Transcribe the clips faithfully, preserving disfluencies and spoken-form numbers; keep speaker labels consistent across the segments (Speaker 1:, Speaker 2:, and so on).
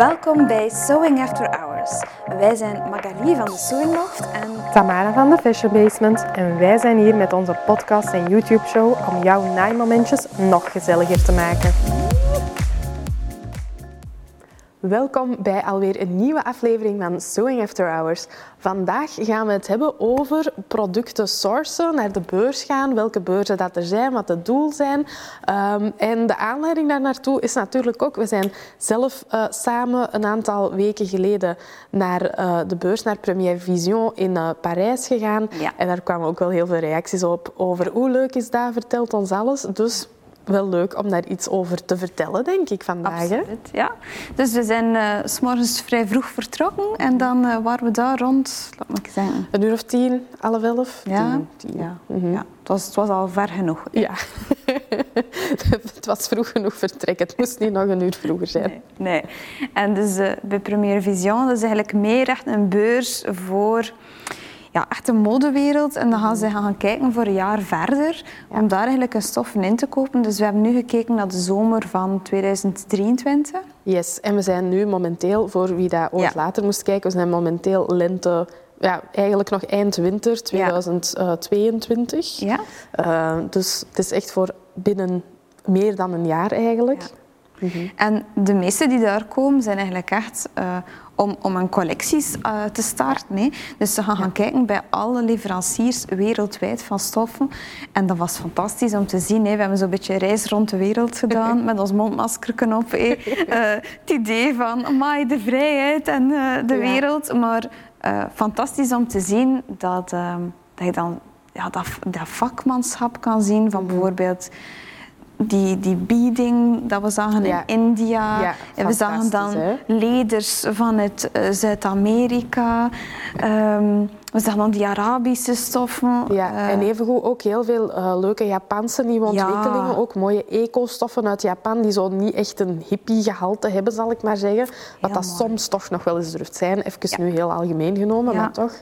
Speaker 1: Welkom bij Sewing After Hours. Wij zijn Magali van de Sewing Loft en
Speaker 2: Tamara van de Fashion Basement en wij zijn hier met onze podcast en YouTube show om jouw naaimomentjes nog gezelliger te maken. Welkom bij alweer een nieuwe aflevering van Sewing After Hours. Vandaag gaan we het hebben over producten sourcen, naar de beurs gaan, welke beurzen dat er zijn, wat het doel zijn. Um, en de aanleiding daar naartoe is natuurlijk ook, we zijn zelf uh, samen een aantal weken geleden naar uh, de beurs, naar Première Vision in uh, Parijs gegaan.
Speaker 1: Ja.
Speaker 2: En daar kwamen ook wel heel veel reacties op over hoe leuk is dat, vertelt ons alles. Dus wel leuk om daar iets over te vertellen, denk ik, vandaag.
Speaker 1: Absoluut,
Speaker 2: hè?
Speaker 1: ja. Dus we zijn uh, 's morgens vrij vroeg vertrokken en dan uh, waren we daar rond, laat me zeggen...
Speaker 2: Een uur of tien, half elf?
Speaker 1: Ja,
Speaker 2: tien, tien.
Speaker 1: ja,
Speaker 2: Mm-hmm.
Speaker 1: ja. Het, was, het was al ver genoeg.
Speaker 2: Ja. Het was vroeg genoeg vertrekken. Het moest niet nog een uur vroeger zijn.
Speaker 1: Nee, nee. En dus uh, bij Première Vision, dat is eigenlijk meer echt een beurs voor... Ja, echt de modewereld. En dan gaan ze gaan kijken voor een jaar verder
Speaker 2: Ja.
Speaker 1: om daar eigenlijk een stoffen in te kopen. Dus we hebben nu gekeken naar de zomer van tweeduizend drieëntwintig.
Speaker 2: Yes, en we zijn nu momenteel, voor wie dat ooit
Speaker 1: Ja.
Speaker 2: later moest kijken, we zijn momenteel lente, ja, eigenlijk nog eind winter tweeduizend tweeëntwintig.
Speaker 1: Ja.
Speaker 2: Uh, dus het is echt voor binnen meer dan een jaar eigenlijk.
Speaker 1: Ja.
Speaker 2: Mm-hmm.
Speaker 1: En de meeste die daar komen zijn eigenlijk echt uh, om, om een collecties uh, te starten. Hè. Dus ze gaan
Speaker 2: Ja.
Speaker 1: gaan kijken bij alle leveranciers wereldwijd van stoffen. En dat was fantastisch om te zien. Hè. We hebben zo'n beetje reis rond de wereld gedaan met ons mondmaskerken op. Hè. Uh, het idee van amai, de vrijheid en uh, de
Speaker 2: Ja.
Speaker 1: wereld. Maar uh, fantastisch om te zien dat, uh, dat je dan ja, dat, dat vakmanschap kan zien van bijvoorbeeld... Die, die beading dat we zagen
Speaker 2: Ja.
Speaker 1: in India.
Speaker 2: Ja,
Speaker 1: en we zagen dan
Speaker 2: hè?
Speaker 1: leders vanuit uh, Zuid-Amerika. Um, we zagen dan die Arabische stoffen.
Speaker 2: Ja,
Speaker 1: Uh,
Speaker 2: en evengoed ook heel veel uh, leuke Japanse nieuwe
Speaker 1: Ja.
Speaker 2: ontwikkelingen. Ook mooie eco-stoffen uit Japan die zo niet echt een hippie-gehalte hebben, zal ik maar zeggen. Wat
Speaker 1: Heel
Speaker 2: dat
Speaker 1: mooi.
Speaker 2: soms toch nog wel eens durft zijn. Even
Speaker 1: Ja.
Speaker 2: nu heel algemeen genomen,
Speaker 1: Ja.
Speaker 2: maar toch.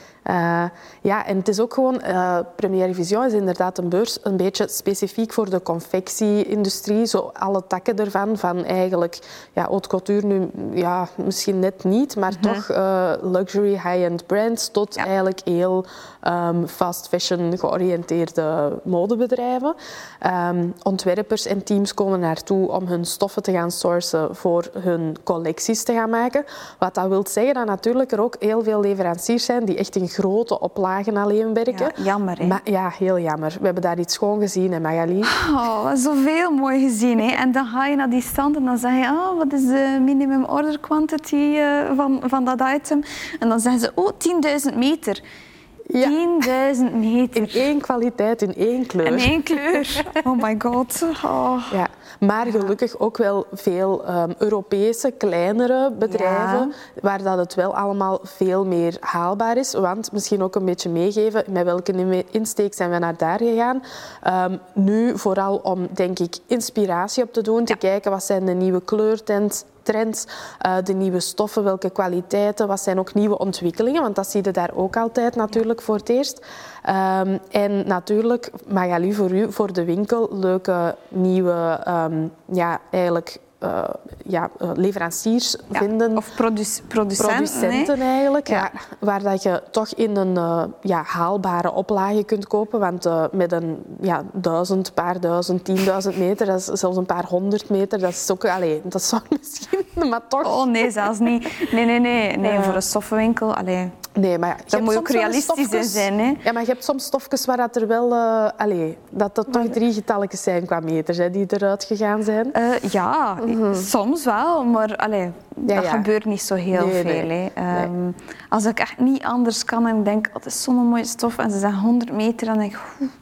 Speaker 2: Uh, ja, en het is ook gewoon... Uh, Première Vision is inderdaad een beurs een beetje specifiek voor de confectie-industrie. Zo alle takken ervan, van eigenlijk... Ja, haute couture nu, ja, misschien net niet, maar
Speaker 1: Mm-hmm.
Speaker 2: toch uh, luxury, high-end brands tot
Speaker 1: Ja.
Speaker 2: eigenlijk heel um, fast fashion georiënteerde modebedrijven. Um, ontwerpers en teams komen naartoe om hun stoffen te gaan sourcen voor hun collecties te gaan maken. Wat dat wil zeggen dat natuurlijk er ook heel veel leveranciers zijn die echt in grote oplagen alleen werken.
Speaker 1: Ja, jammer, hè?
Speaker 2: Maar, ja, heel jammer. We hebben daar iets schoon gezien, hè, Magali?
Speaker 1: Oh, zoveel mooi gezien. Hè? En dan ga je naar die stand en dan zeg je, oh, wat is de minimum order quantity uh, van, van dat item? En dan zeggen ze, oh, tienduizend meter.
Speaker 2: Ja.
Speaker 1: tienduizend meter.
Speaker 2: In één kwaliteit, in één kleur.
Speaker 1: In één kleur. Oh my god. Oh.
Speaker 2: Ja, maar gelukkig ook wel veel um, Europese, kleinere bedrijven,
Speaker 1: Ja.
Speaker 2: waar dat het wel allemaal veel meer haalbaar is. Want misschien ook een beetje meegeven, met welke insteek zijn we naar daar gegaan. Um, nu vooral om, denk ik, inspiratie op te doen, te
Speaker 1: Ja.
Speaker 2: kijken wat zijn de nieuwe kleurtrends, trends, uh, de nieuwe stoffen, welke kwaliteiten, wat zijn ook nieuwe ontwikkelingen, want dat zie je daar ook altijd natuurlijk voor het eerst. Um, en natuurlijk, Magali, voor u, voor de winkel, leuke nieuwe, um, ja, eigenlijk... Uh, ja, uh, leveranciers
Speaker 1: Ja,
Speaker 2: vinden.
Speaker 1: Of produc- producenten.
Speaker 2: Producenten
Speaker 1: hè?
Speaker 2: eigenlijk, ja.
Speaker 1: Ja.
Speaker 2: Waar dat je toch in een uh, ja, haalbare oplage kunt kopen. Want uh, met een ja, duizend, paar duizend, tienduizend meter, dat is zelfs een paar honderd meter, dat is ook... Allee, dat zou misschien, maar toch...
Speaker 1: Oh nee, zelfs niet. Nee, nee, nee. nee
Speaker 2: Ja.
Speaker 1: Voor een stoffenwinkel, allee.
Speaker 2: Nee, maar ja, je
Speaker 1: Dat
Speaker 2: hebt
Speaker 1: moet ook
Speaker 2: soms wel
Speaker 1: realistisch in
Speaker 2: stofjes-
Speaker 1: zijn, hè?
Speaker 2: Ja, maar je hebt soms stofjes waar dat er wel... Uh, allee, dat er toch drie getalletjes zijn qua meters, hè, die eruit gegaan zijn.
Speaker 1: Uh, ja, soms wel, maar allee,
Speaker 2: Ja,
Speaker 1: dat
Speaker 2: ja.
Speaker 1: gebeurt niet zo heel
Speaker 2: Nee,
Speaker 1: veel.
Speaker 2: nee.
Speaker 1: Hè. Um, Als ik echt niet anders kan en denk, oh, dat is zo'n mooie stof, en ze zeggen honderd meter, dan denk ik... oeh,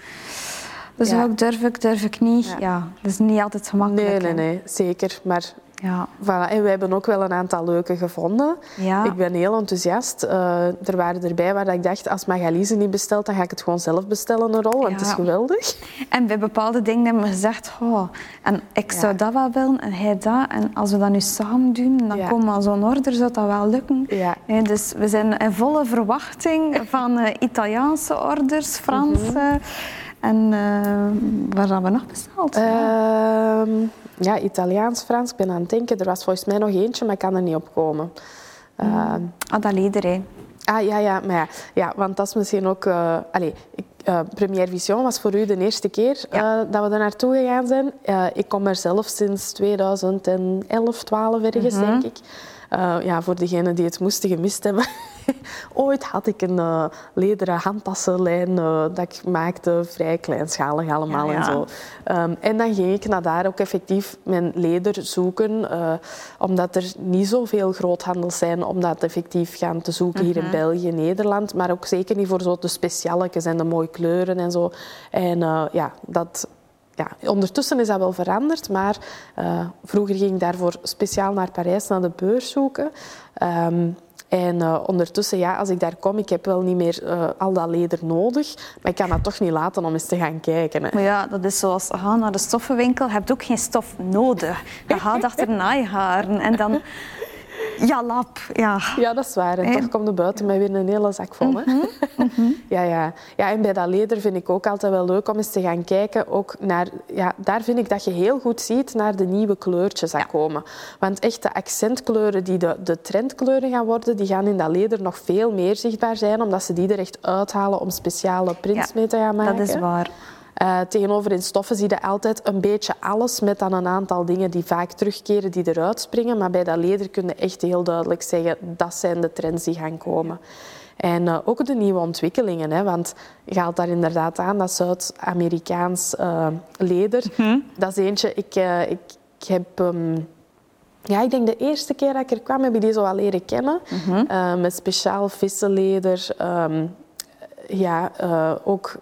Speaker 1: dus
Speaker 2: Ja.
Speaker 1: ook durf ik, durf ik niet.
Speaker 2: Ja.
Speaker 1: Ja, dat is niet altijd gemakkelijk.
Speaker 2: Nee, nee,
Speaker 1: hè.
Speaker 2: nee, zeker. Maar
Speaker 1: Ja.
Speaker 2: voilà. En we hebben ook wel een aantal leuke gevonden.
Speaker 1: Ja.
Speaker 2: Ik ben heel enthousiast. Uh, er waren erbij waar ik dacht, als Magali ze niet bestelt, dan ga ik het gewoon zelf bestellen, een rol. Want
Speaker 1: Ja.
Speaker 2: het is geweldig.
Speaker 1: En bij bepaalde dingen hebben we gezegd, oh, en ik zou
Speaker 2: Ja.
Speaker 1: dat wel willen en hij dat. En als we dat nu samen doen, dan
Speaker 2: Ja.
Speaker 1: komen we aan zo'n order, zou dat wel lukken.
Speaker 2: Ja.
Speaker 1: Nee, dus we zijn in volle verwachting van uh, Italiaanse orders, Franse.
Speaker 2: Mm-hmm.
Speaker 1: En uh, waar hebben we nog besteld? Ja.
Speaker 2: Ehm, ja, Italiaans, Frans. Ik ben aan het denken. Er was volgens mij nog eentje, maar ik kan er niet op komen. Uh,
Speaker 1: mm. Ah, dat leder, hè.
Speaker 2: Ah, ja, ja, maar ja, ja, want dat is misschien ook... Uh, allez, ik, uh, Première Vision was voor u de eerste keer ja. uh, dat we er naartoe gegaan zijn. Uh, ik kom er zelf sinds tweeduizend elf, twaalf ergens, mm-hmm. denk ik. Uh, ja, voor degenen die het moesten gemist hebben. Ooit had ik een uh, lederen handtassenlijn uh, dat ik maakte, vrij kleinschalig allemaal ja, ja. en zo. Um, en dan ging ik naar daar ook effectief mijn leder zoeken, uh, omdat er niet zoveel groothandels zijn om dat effectief gaan te zoeken hier mm-hmm. in België, Nederland, maar ook zeker niet voor zo de specialetjes en de mooie kleuren en zo. En uh, ja, dat... Ja, ondertussen is dat wel veranderd, maar uh, vroeger ging ik daarvoor speciaal naar Parijs, naar de beurs zoeken. Um, en uh, ondertussen, ja, als ik daar kom, ik heb wel niet meer uh, al dat leder nodig, maar ik kan dat toch niet laten om eens te gaan kijken. Hè.
Speaker 1: Maar ja, dat is zoals gaan naar de stoffenwinkel, je hebt ook geen stof nodig. Je gaat achter naaiharen en dan... Ja, lap, ja.
Speaker 2: Ja, dat is waar. En toch komt er buiten met weer een hele zak vol. Hè?
Speaker 1: Mm-hmm. Mm-hmm.
Speaker 2: ja, ja. ja, en bij dat leder vind ik ook altijd wel leuk om eens te gaan kijken. Ook naar, ja, daar vind ik dat je heel goed ziet naar de nieuwe kleurtjes dat ja. komen. Want echt de accentkleuren die de, de trendkleuren gaan worden, die gaan in dat leder nog veel meer zichtbaar zijn, omdat ze die er echt uithalen om speciale prints ja, mee te gaan maken.
Speaker 1: Dat is waar.
Speaker 2: Uh, tegenover in stoffen zie je altijd een beetje alles met dan een aantal dingen die vaak terugkeren, die eruit springen. Maar bij dat leder kun je echt heel duidelijk zeggen, dat zijn de trends die gaan komen. En uh, ook de nieuwe ontwikkelingen, hè, want je haalt daar inderdaad aan dat Zuid-Amerikaans uh, leder. Mm-hmm. Dat is eentje, ik, uh, ik, ik heb... Um, Ja, ik denk de eerste keer dat ik er kwam, heb ik die zo al leren kennen. Mm-hmm. Uh, met speciaal vissenleder. Um, ja, uh, ook...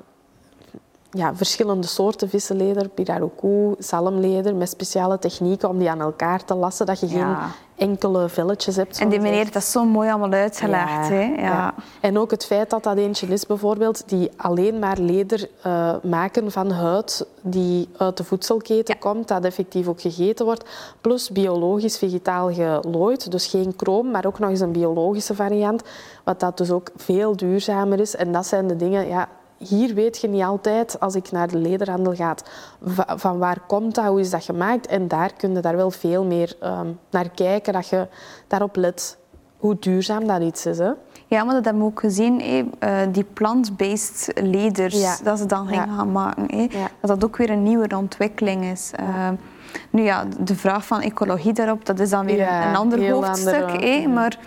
Speaker 2: Ja, verschillende soorten vissenleder, pirarucu, zalmleder, met speciale technieken om die aan elkaar te lassen, dat je ja. geen enkele velletjes hebt.
Speaker 1: En die meneer heeft dat zo mooi allemaal uitgelegd.
Speaker 2: Ja,
Speaker 1: hè? Ja.
Speaker 2: Ja. En ook het feit dat dat eentje is bijvoorbeeld, die alleen maar leder uh, maken van huid die uit de voedselketen ja. komt, dat effectief ook gegeten wordt, plus biologisch vegetaal gelooid, dus geen chroom, maar ook nog eens een biologische variant, wat dat dus ook veel duurzamer is. En dat zijn de dingen... Ja, hier weet je niet altijd, als ik naar de lederhandel ga, van waar komt dat, hoe is dat gemaakt. En daar kun je daar wel veel meer um, naar kijken, dat je daarop let hoe duurzaam dat iets is. Hè?
Speaker 1: Ja, maar dat hebben we ook gezien, hé. Uh, die plant-based leders, ja. dat ze dan gingen ja. gaan maken. Hé. Ja. Dat dat ook weer een nieuwe ontwikkeling is. Uh, ja. Nu ja, de vraag van ecologie daarop, dat is dan weer ja, een, een ander hoofdstuk. Andere, hé, ja. Maar...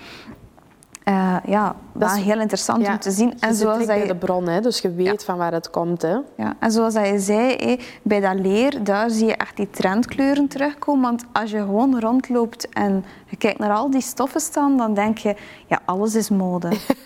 Speaker 1: Uh, ja, dat is heel interessant ja, om te zien.
Speaker 2: En je zoals zit bij de bron, hè, dus je weet ja. van waar het komt. Hè.
Speaker 1: Ja, en zoals je zei, hé, bij dat leer, daar zie je echt die trendkleuren terugkomen. Want als je gewoon rondloopt en je kijkt naar al die stoffen staan, dan denk je, ja, alles is mode.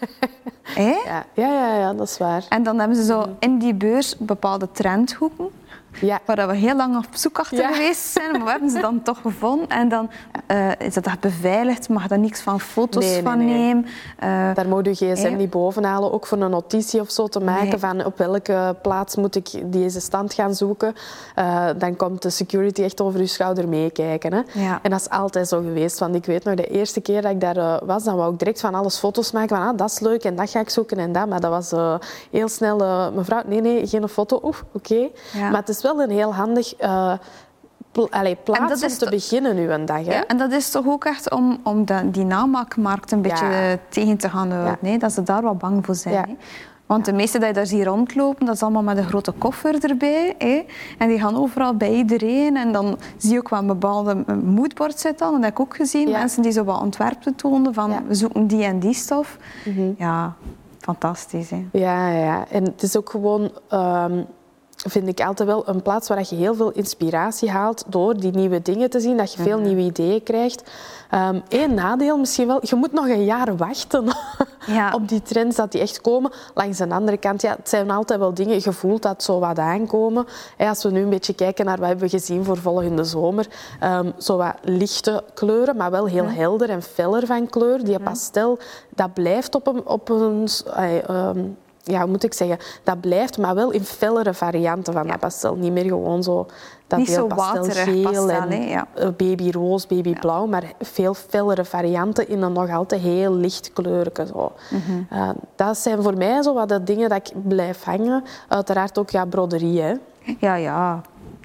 Speaker 2: ja. Ja, ja, ja, dat is waar.
Speaker 1: En dan hebben ze zo in die beurs bepaalde trendhoeken. Ja. Waar we heel lang op zoek achter ja. geweest zijn, maar we hebben ze dan toch gevonden. En dan uh, is dat echt beveiligd, mag daar niks van foto's nee, nee, van nee. nemen. Uh,
Speaker 2: daar moet je gsm hey. niet boven halen, ook voor een notitie of zo te maken nee. van op welke plaats moet ik deze stand gaan zoeken. Uh, dan komt de security echt over je schouder meekijken. Hè? Ja. En dat is altijd zo geweest, want ik weet nog, de eerste keer dat ik daar uh, was, dan wou ik direct van alles foto's maken, van ah, dat is leuk en dat ga ik zoeken en dat. Maar dat was uh, heel snel, uh, mevrouw, nee, nee, geen foto, oef, oké. Okay. Ja. Maar het is wel een heel handig uh, pl- allez, plaats om te to- beginnen nu een dag. Hè?
Speaker 1: Ja, en dat is toch ook echt om, om de, die namaakmarkt een beetje ja. tegen te gaan houden. Ja. Nee, dat ze daar wat bang voor zijn. Ja. Hè? Want de meeste die je daar ziet rondlopen, dat is allemaal met een grote koffer erbij. Hè? En die gaan overal bij iedereen. En dan zie je ook wat een bepaalde moodboard zit dan. Dat heb ik ook gezien. Ja. Mensen die zo wat ontwerpen toonden van ja. we zoeken die en die stof. Mm-hmm. Ja, fantastisch. Hè?
Speaker 2: Ja, ja, en het is ook gewoon... Um, vind ik altijd wel een plaats waar je heel veel inspiratie haalt door die nieuwe dingen te zien, dat je veel nieuwe ideeën krijgt. Um, Eén nadeel misschien wel, je moet nog een jaar wachten ja. op die trends, dat die echt komen. Langs de andere kant, ja, het zijn altijd wel dingen, je voelt dat zo wat aankomen. En als we nu een beetje kijken naar wat hebben we gezien voor volgende zomer, um, zo wat lichte kleuren, maar wel heel ja. helder en feller van kleur. Die pastel, dat blijft op een... Op een uh, um, ja, hoe moet ik zeggen, dat blijft, maar wel in fellere varianten van ja. dat pastel. Niet meer gewoon zo dat
Speaker 1: Niet
Speaker 2: heel
Speaker 1: zo
Speaker 2: pastelgeel
Speaker 1: pastel,
Speaker 2: en
Speaker 1: ja.
Speaker 2: babyroos, babyblauw, ja. maar veel fellere varianten in een nog altijd heel licht kleurke. Zo. Mm-hmm. Uh, dat zijn voor mij zo wat de dingen dat ik blijf hangen. Uiteraard ook ja, broderie, hè.
Speaker 1: Ja, ja.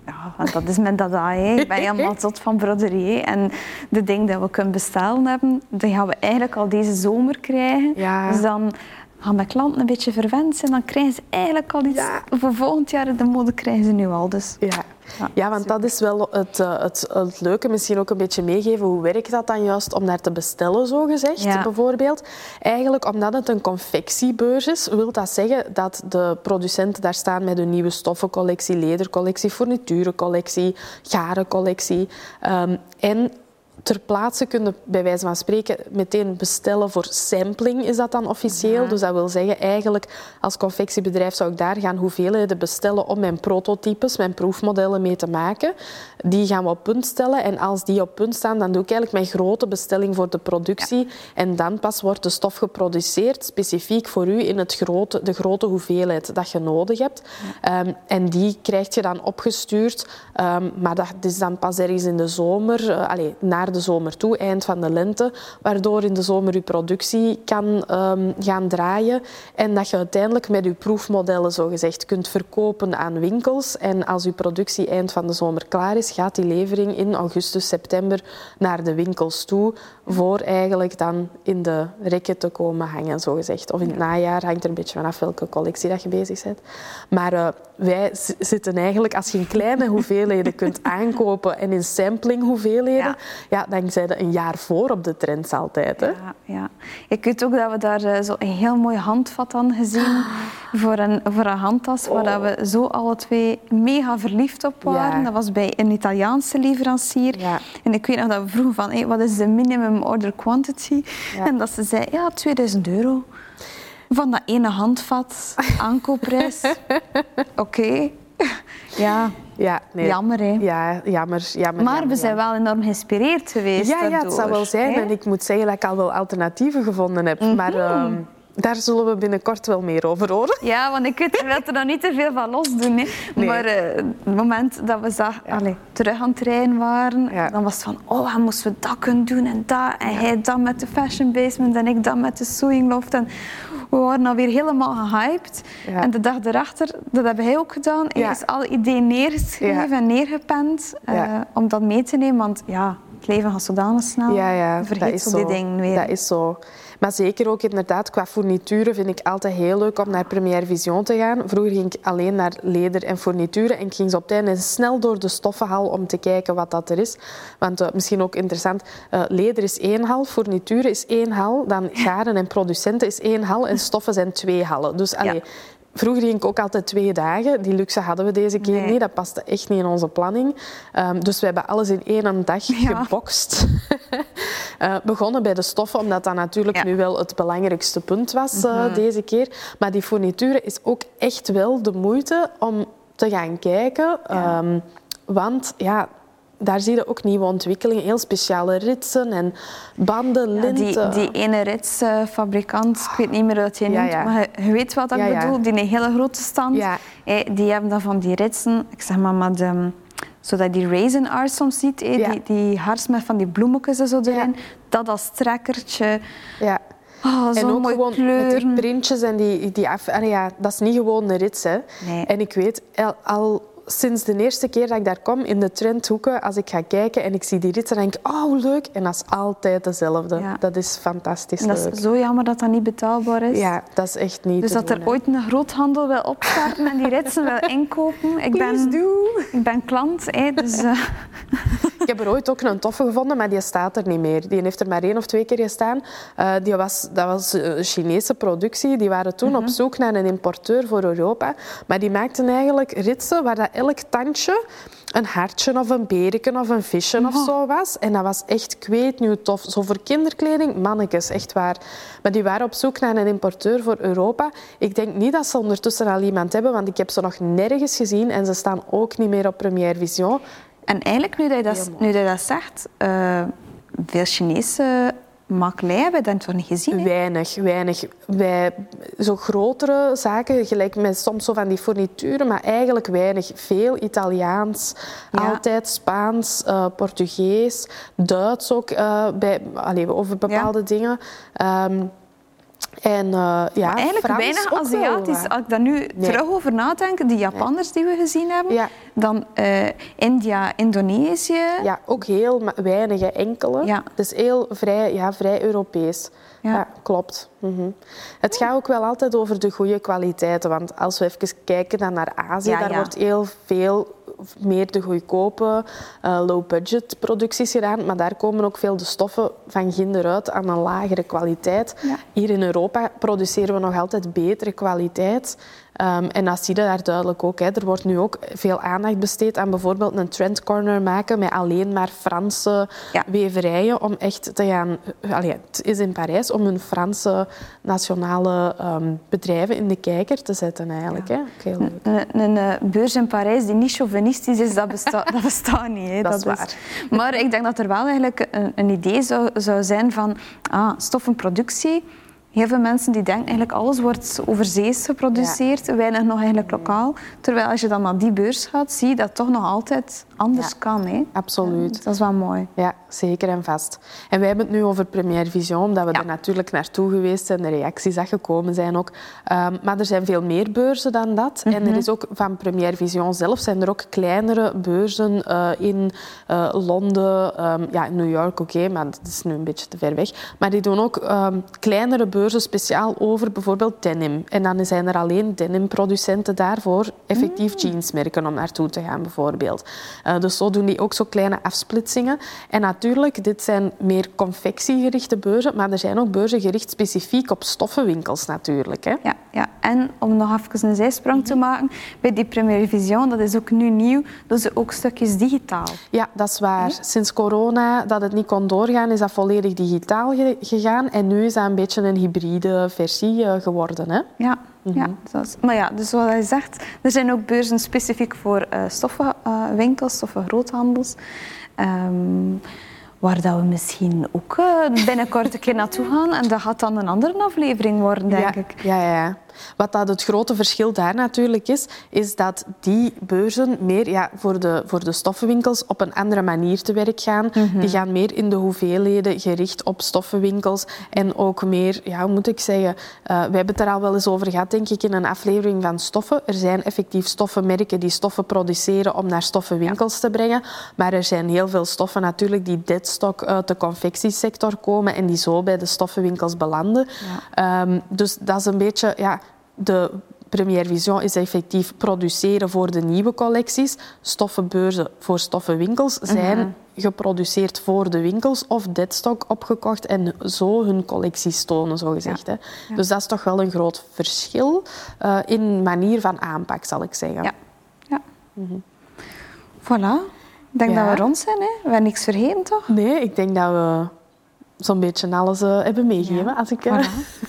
Speaker 1: Ja, want dat is mijn dada. Hè. Ik ben helemaal zot van broderie. En de dingen die we kunnen bestellen hebben, die gaan we eigenlijk al deze zomer krijgen.
Speaker 2: Ja.
Speaker 1: Dus dan gaan mijn klanten een beetje verwend zijn. Dan krijgen ze eigenlijk al iets
Speaker 2: Ja.
Speaker 1: voor volgend jaar. De mode krijgen ze nu al. Dus.
Speaker 2: Ja.
Speaker 1: Ja,
Speaker 2: Ja, want
Speaker 1: super.
Speaker 2: dat is wel het, uh, het, het leuke. Misschien ook een beetje meegeven. Hoe werkt dat dan juist om daar te bestellen, zo gezegd,
Speaker 1: Ja.
Speaker 2: bijvoorbeeld? Eigenlijk, omdat het een confectiebeurs is, wil dat zeggen dat de producenten daar staan met hun nieuwe stoffencollectie, ledercollectie, fourniturencollectie, garencollectie. Um, en ter plaatse kun je bij wijze van spreken meteen bestellen voor sampling, is dat dan officieel.
Speaker 1: Ja.
Speaker 2: Dus dat wil zeggen, eigenlijk als confectiebedrijf zou ik daar gaan hoeveelheden bestellen om mijn prototypes, mijn proefmodellen mee te maken. Die gaan we op punt stellen en als die op punt staan, dan doe ik eigenlijk mijn grote bestelling voor de productie. Ja. En dan pas wordt de stof geproduceerd, specifiek voor u in het grote, de grote hoeveelheid dat je nodig hebt. Ja. Um, en die krijg je dan opgestuurd, um, maar dat is dan pas ergens in de zomer, uh, allez, naar de zomer toe, eind van de lente, waardoor in de zomer je productie kan um, gaan draaien en dat je uiteindelijk met je proefmodellen zogezegd kunt verkopen aan winkels. En als je productie eind van de zomer klaar is, gaat die levering in augustus, september naar de winkels toe, voor eigenlijk dan in de rekken te komen hangen, zogezegd. Of in het najaar, hangt er een beetje vanaf welke collectie dat je bezig bent. Maar uh, wij z- zitten eigenlijk, als je in kleine hoeveelheden kunt aankopen en in sampling hoeveelheden, ja. Ja, dan zijn we een jaar voor op de trends altijd. Hè?
Speaker 1: Ja, ja. Ik weet ook dat we daar uh, zo een heel mooi handvat aan gezien ah. voor, een, voor een handtas, oh. waar we zo alle twee mega verliefd op waren. Ja. Dat was bij een Italiaanse leverancier. Ja. En ik weet nog dat we vroegen van, hey, wat is de minimum order quantity? Ja. En dat ze zei, ja, tweeduizend euro. Van dat ene handvat, aankoopprijs. Oké. Okay. Ja.
Speaker 2: Ja, nee.
Speaker 1: Jammer, hè?
Speaker 2: Ja, jammer. jammer
Speaker 1: maar
Speaker 2: jammer,
Speaker 1: we zijn wel enorm geïnspireerd geweest.
Speaker 2: Ja, ja,
Speaker 1: daardoor,
Speaker 2: het zou wel zijn.
Speaker 1: hè?
Speaker 2: En ik moet zeggen dat ik al wel alternatieven gevonden heb. Mm-hmm. Maar uh, daar zullen we binnenkort wel meer over horen.
Speaker 1: Ja, want ik weet, ik wil er nog niet te veel van losdoen. Hè. Nee. Maar uh, het moment dat we zag, ja. allez, terug aan het rijden waren, ja. dan was het van, oh, dan moesten we dat kunnen doen en dat. En ja. hij dan met de fashion basement en ik dan met de sewing loft. En we waren alweer helemaal gehyped. Ja. En de dag erachter, dat hebben hij ook gedaan. Hij ja. is alle ideeën neergeschreven ja. en neergepend uh, ja. om dat mee te nemen. Want ja, het leven gaat zodanig snel.
Speaker 2: Ja, ja,
Speaker 1: vergeet zo die dingen weer.
Speaker 2: Dat is zo. Maar zeker ook inderdaad, qua fournituren vind ik altijd heel leuk om naar Première Vision te gaan. Vroeger ging ik alleen naar leder en fournituren en ik ging zo op het einde snel door de stoffenhal om te kijken wat dat er is. Want uh, misschien ook interessant, uh, leder is één hal, fournituren is één hal, dan garen en producenten is één hal en stoffen zijn twee hallen. Dus allee, ja. Vroeger ging ik ook altijd twee dagen. Die luxe hadden we deze keer nee. niet. Dat paste echt niet in onze planning. Um, dus we hebben alles in één dag ja. geboxt. uh, begonnen bij de stoffen, omdat dat natuurlijk ja. nu wel het belangrijkste punt was uh, mm-hmm. deze keer. Maar die fournituren is ook echt wel de moeite om te gaan kijken. Ja. Um, want ja... Daar zie je ook nieuwe ontwikkelingen, heel speciale ritsen en banden, linten.
Speaker 1: Ja, die, die ene ritsfabrikant, uh, ik weet niet meer hoe je
Speaker 2: ja,
Speaker 1: noemt,
Speaker 2: ja.
Speaker 1: maar je, je weet wat ik ja, bedoel, ja. die een hele grote stand.
Speaker 2: Ja.
Speaker 1: Hey, die hebben dan van die ritsen, ik zeg maar, met, um, zodat die raisin art soms ziet, hey, ja. die, die hars met van die bloemetjes en zo erin, ja. dat als trekkertje.
Speaker 2: Ja.
Speaker 1: Oh,
Speaker 2: en ook
Speaker 1: mooi
Speaker 2: gewoon
Speaker 1: kleuren.
Speaker 2: Met die printjes en die, die af... Ah, ja, dat is niet gewoon een rits, hè.
Speaker 1: Nee.
Speaker 2: En ik weet, al... al sinds de eerste keer dat ik daar kom, in de trendhoeken, als ik ga kijken en ik zie die ritsen, dan denk ik, oh, hoe leuk. En dat is altijd dezelfde. Ja. Dat is fantastisch
Speaker 1: en dat
Speaker 2: leuk.
Speaker 1: is zo jammer dat dat niet betaalbaar is.
Speaker 2: Ja, dat is echt niet
Speaker 1: Dus
Speaker 2: te
Speaker 1: dat
Speaker 2: doen,
Speaker 1: er
Speaker 2: hè.
Speaker 1: ooit een groothandel wil opstarten en die ritsen wil inkopen. Ik ben, ik ben klant, hè, dus... Uh...
Speaker 2: Ik heb er ooit ook een toffe gevonden, maar die staat er niet meer. Die heeft er maar één of twee keer gestaan. Uh, die was, dat was een Chinese productie. Die waren toen mm-hmm. op zoek naar een importeur voor Europa. Maar die maakten eigenlijk ritsen waar dat elk tandje een hartje of een berken of een visje oh. of zo was. En dat was echt kweetnieuw tof. Zo voor kinderkleding, mannetjes, echt waar. Maar die waren op zoek naar een importeur voor Europa. Ik denk niet dat ze ondertussen al iemand hebben, want ik heb ze nog nergens gezien en ze staan ook niet meer op Première Vision.
Speaker 1: En eigenlijk, nu dat je dat, nu dat, je dat zegt, uh, veel Chinese makelij hebben we dat toch niet gezien? Hè?
Speaker 2: Weinig, weinig. Bij zo grotere zaken, gelijk met soms zo van die fournituren, maar eigenlijk weinig. Veel Italiaans, ja. altijd Spaans, uh, Portugees, Duits ook, uh, bij, allez, over bepaalde ja. dingen. Um, En, uh, ja,
Speaker 1: maar eigenlijk
Speaker 2: Frans
Speaker 1: weinig
Speaker 2: ook
Speaker 1: Aziatisch.
Speaker 2: wel,
Speaker 1: als ik daar nu
Speaker 2: nee.
Speaker 1: terug over nadenk, die Japanners nee. die we gezien hebben,
Speaker 2: ja.
Speaker 1: Dan uh, India, Indonesië.
Speaker 2: Ja, ook heel weinige enkele.
Speaker 1: Ja.
Speaker 2: Dus heel vrij, ja, vrij Europees. Ja, ja klopt. Mm-hmm. Het gaat ook wel altijd over de goede kwaliteiten. Want als we even kijken dan naar Azië,
Speaker 1: ja,
Speaker 2: daar
Speaker 1: ja.
Speaker 2: wordt heel veel meer de goedkope, uh, low-budget producties gedaan. Maar daar komen ook veel de stoffen van ginder uit aan een lagere kwaliteit. Ja. Hier in Europa produceren we nog altijd betere kwaliteit. Um, en dat zie je daar duidelijk ook. Hè. Er wordt nu ook veel aandacht besteed aan bijvoorbeeld een trendcorner maken met alleen maar Franse ja. weverijen. Om echt te gaan... Allee, het is in Parijs om hun Franse nationale um, bedrijven in de kijker te zetten eigenlijk. Ja. Hè. Heel leuk.
Speaker 1: Een, een, een beurs in Parijs die niet chauvinistisch is, dat, besta dat bestaat niet. Hè.
Speaker 2: Dat, dat is waar.
Speaker 1: Is... Maar ik denk dat er wel eigenlijk een, een idee zou, zou zijn van ah, stoffenproductie. Heel veel mensen die denken eigenlijk alles wordt overzees geproduceerd, ja. weinig nog eigenlijk lokaal. Terwijl als je dan naar die beurs gaat, zie je dat het toch nog altijd anders ja. kan. Hè?
Speaker 2: Absoluut.
Speaker 1: Ja, dat is wel mooi.
Speaker 2: Ja, zeker en vast. En wij hebben het nu over Première Vision, omdat we ja. er natuurlijk naartoe geweest zijn, de reacties dat gekomen zijn ook. Um, maar er zijn veel meer beurzen dan dat. Mm-hmm. En er is ook van Première Vision zelf zijn er ook kleinere beurzen uh, in uh, Londen, um, ja, New York, oké, okay, maar dat is nu een beetje te ver weg. Maar die doen ook um, kleinere beurzen speciaal over bijvoorbeeld denim. En dan zijn er alleen denimproducenten daarvoor effectief mm. jeansmerken om naartoe te gaan bijvoorbeeld. Uh, dus zo doen die ook zo kleine afsplitsingen. En natuurlijk, dit zijn meer confectiegerichte beurzen, maar er zijn ook beurzen gericht specifiek op stoffenwinkels natuurlijk. Hè?
Speaker 1: Ja, ja, en om nog even een zijsprong te maken, bij die Première Vision, dat is ook nu nieuw, doen ze ook stukjes digitaal.
Speaker 2: Ja, dat is waar. Ja. Sinds corona, dat het niet kon doorgaan, is dat volledig digitaal ge- gegaan. En nu is dat een beetje een hybride versie uh, geworden. Hè?
Speaker 1: Ja. Mm-hmm. Ja, zoals, maar ja, dus wat je zegt, er zijn ook beurzen specifiek voor uh, stoffenwinkels, uh, stoffengroothandels. Um, waar dat we misschien ook uh, binnenkort een keer naartoe gaan. En dat gaat dan een andere aflevering worden, denk
Speaker 2: ja,
Speaker 1: ik.
Speaker 2: Ja, ja, ja. Wat dat het grote verschil daar natuurlijk is, is dat die beurzen meer ja, voor, de, voor de stoffenwinkels op een andere manier te werk gaan. Mm-hmm. Die gaan meer in de hoeveelheden gericht op stoffenwinkels en ook meer, ja, hoe moet ik zeggen, uh, we hebben het er al wel eens over gehad, denk ik, in een aflevering van stoffen. Er zijn effectief stoffenmerken die stoffen produceren om naar stoffenwinkels ja. te brengen, maar er zijn heel veel stoffen natuurlijk die deadstock uit de confectiesector komen en die zo bij de stoffenwinkels belanden. Ja. Um, dus dat is een beetje... Ja, de Première Vision is effectief produceren voor de nieuwe collecties. Stoffenbeurzen voor stoffenwinkels zijn mm-hmm. geproduceerd voor de winkels of deadstock opgekocht en zo hun collecties tonen, zogezegd. Ja. Ja. Dus dat is toch wel een groot verschil uh, in manier van aanpak, zal ik zeggen.
Speaker 1: Ja. Ja. Mm-hmm. Voilà. Ik denk ja. dat we rond zijn. Hè? We hebben niks vergeten, toch?
Speaker 2: Nee, ik denk dat we zo'n beetje alles uh, hebben meegegeven. Ja. Als ik, uh...
Speaker 1: voilà.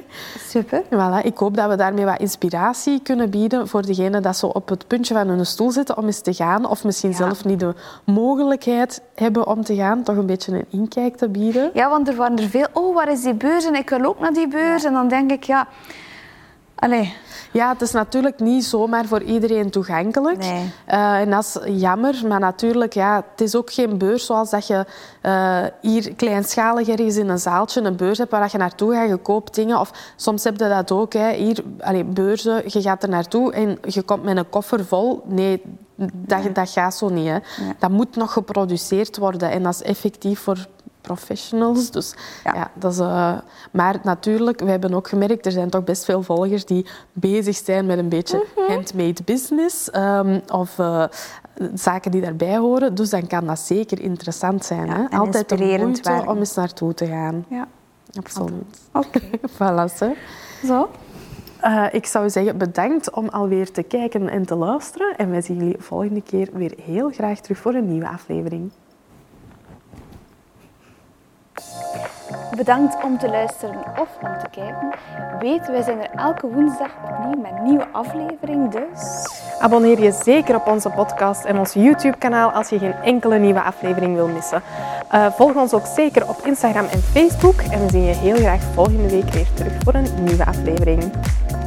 Speaker 1: Super.
Speaker 2: Voilà. Ik hoop dat we daarmee wat inspiratie kunnen bieden voor degenen die zo op het puntje van hun stoel zitten om eens te gaan. Of misschien ja. zelf niet de mogelijkheid hebben om te gaan. Toch een beetje een inkijk te bieden.
Speaker 1: Ja, want er waren er veel. Oh, waar is die beurs? En ik wil ook naar die beurs. Ja. En dan denk ik, ja... Allee...
Speaker 2: Ja, het is natuurlijk niet zomaar voor iedereen toegankelijk.
Speaker 1: Nee.
Speaker 2: Uh, en dat is jammer. Maar natuurlijk, ja, het is ook geen beurs zoals dat je uh, hier kleinschaliger is in een zaaltje een beurs hebt waar je naartoe gaat, je koopt dingen. Of soms heb je dat ook. Hè. Hier, allee, beurzen, je gaat er naartoe en je komt met een koffer vol. Nee, dat, nee. dat gaat zo niet. Hè. Nee. Dat moet nog geproduceerd worden. En dat is effectief voor... professionals. Dus, ja. Ja, dat is, uh, maar natuurlijk, we hebben ook gemerkt, er zijn toch best veel volgers die bezig zijn met een beetje mm-hmm. handmade business um, of uh, zaken die daarbij horen. Dus dan kan dat zeker interessant zijn.
Speaker 1: Ja,
Speaker 2: hè? Altijd de moeite
Speaker 1: werken.
Speaker 2: om eens naartoe te gaan.
Speaker 1: Ja.
Speaker 2: Absoluut.
Speaker 1: Oké.
Speaker 2: Okay. Voilà, zo.
Speaker 1: Zo.
Speaker 2: Uh, ik zou zeggen, bedankt om alweer te kijken en te luisteren. En wij zien jullie volgende keer weer heel graag terug voor een nieuwe aflevering.
Speaker 1: Bedankt om te luisteren of om te kijken. Weet, wij zijn er elke woensdag opnieuw met een nieuwe aflevering, dus...
Speaker 2: Abonneer je zeker op onze podcast en ons YouTube-kanaal als je geen enkele nieuwe aflevering wil missen. Uh, volg ons ook zeker op Instagram en Facebook en we zien je heel graag volgende week weer terug voor een nieuwe aflevering.